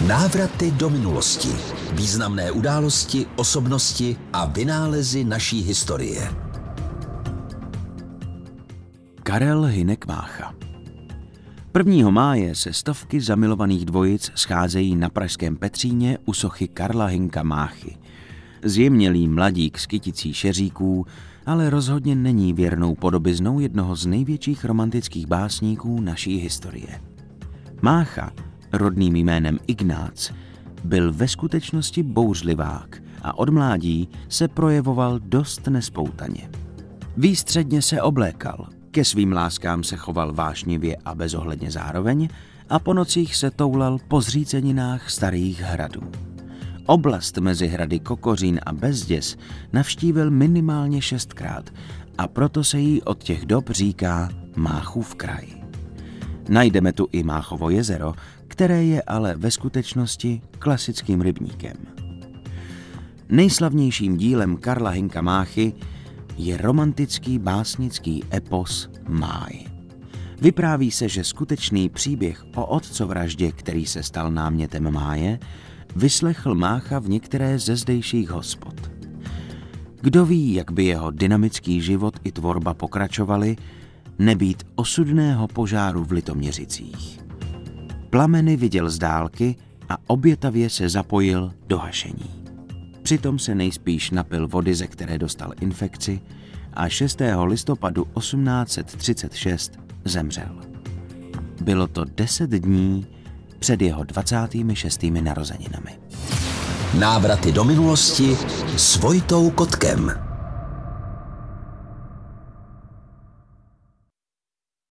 Návraty do minulosti. Významné události, osobnosti a vynálezy naší historie. Karel Hynek Mácha. 1. máje se stovky zamilovaných dvojic scházejí na pražském Petříně u sochy Karla Hynka Máchy. Zjemnělý mladík s kyticí šeříků, ale rozhodně není věrnou podobiznou jednoho z největších romantických básníků naší historie. Mácha, rodným jménem Ignác, byl ve skutečnosti bouřlivák a od mládí se projevoval dost nespoutaně. Výstředně se oblékal, ke svým láskám se choval vášnivě a bezohledně zároveň a po nocích se toulal po zříceninách starých hradů. Oblast mezi hrady Kokořín a Bezděs navštívil minimálně 6krát a proto se jí od těch dob říká Máchův kraj. Najdeme tu i Máchovo jezero, které je ale ve skutečnosti klasickým rybníkem. Nejslavnějším dílem Karla Hynka Máchy je romantický básnický epos Máj. Vypráví se, že skutečný příběh o otcovraždě, který se stal námětem Máje, vyslechl Mácha v některé ze zdejších hospod. Kdo ví, jak by jeho dynamický život i tvorba pokračovaly, nebýt osudného požáru v Litoměřicích. Plameny viděl z dálky a obětavě se zapojil do hašení. Přitom se nejspíš napil vody, ze které dostal infekci a 6. listopadu 1836 zemřel. Bylo to 10 dní před jeho 26. narozeninami. Návraty do minulosti s Vojtou Kotkem.